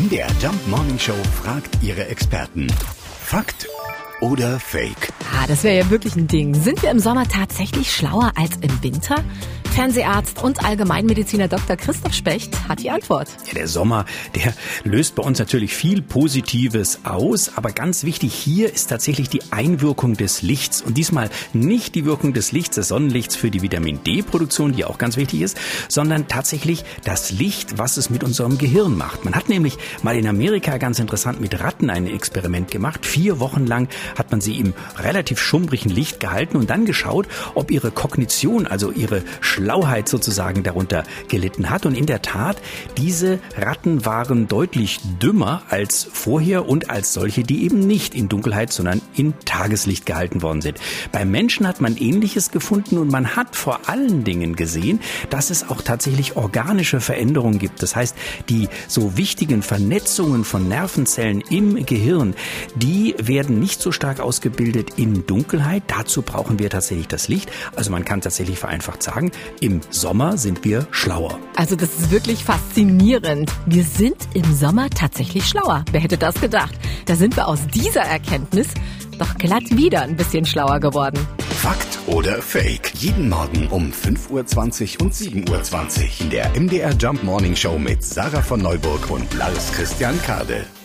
MDR Jump Morning Show fragt ihre Experten. Fakt oder Fake? Das wäre ja wirklich ein Ding. Sind wir im Sommer tatsächlich schlauer als im Winter? Fernseharzt und Allgemeinmediziner Dr. Christoph Specht hat die Antwort. Ja, der Sommer, der löst bei uns natürlich viel Positives aus, aber ganz wichtig hier ist tatsächlich die Einwirkung des Lichts. Und diesmal nicht die Wirkung des Lichts, des Sonnenlichts für die Vitamin-D-Produktion, die auch ganz wichtig ist, sondern tatsächlich das Licht, was es mit unserem Gehirn macht. Man hat nämlich mal in Amerika ganz interessant mit Ratten ein Experiment gemacht. 4 Wochen lang hat man sie im relativ schummrigen Licht gehalten und dann geschaut, ob ihre Kognition, also ihre Schlauheit sozusagen darunter gelitten hat. Und in der Tat, diese Ratten waren deutlich dümmer als vorher und als solche, die eben nicht in Dunkelheit, sondern in Tageslicht gehalten worden sind. Beim Menschen hat man Ähnliches gefunden und man hat vor allen Dingen gesehen, dass es auch tatsächlich organische Veränderungen gibt. Das heißt, die so wichtigen Vernetzungen von Nervenzellen im Gehirn, die werden nicht so stark ausgebildet in Dunkelheit. Dazu brauchen wir tatsächlich das Licht. Also man kann tatsächlich vereinfacht sagen, im Sommer sind wir schlauer. Also das ist wirklich faszinierend. Wir sind im Sommer tatsächlich schlauer. Wer hätte das gedacht? Da sind wir aus dieser Erkenntnis doch glatt wieder ein bisschen schlauer geworden. Fakt oder Fake? Jeden Morgen um 5.20 Uhr und 7.20 Uhr in der MDR Jump Morning Show mit Sarah von Neuburg und Lars Christian Kade.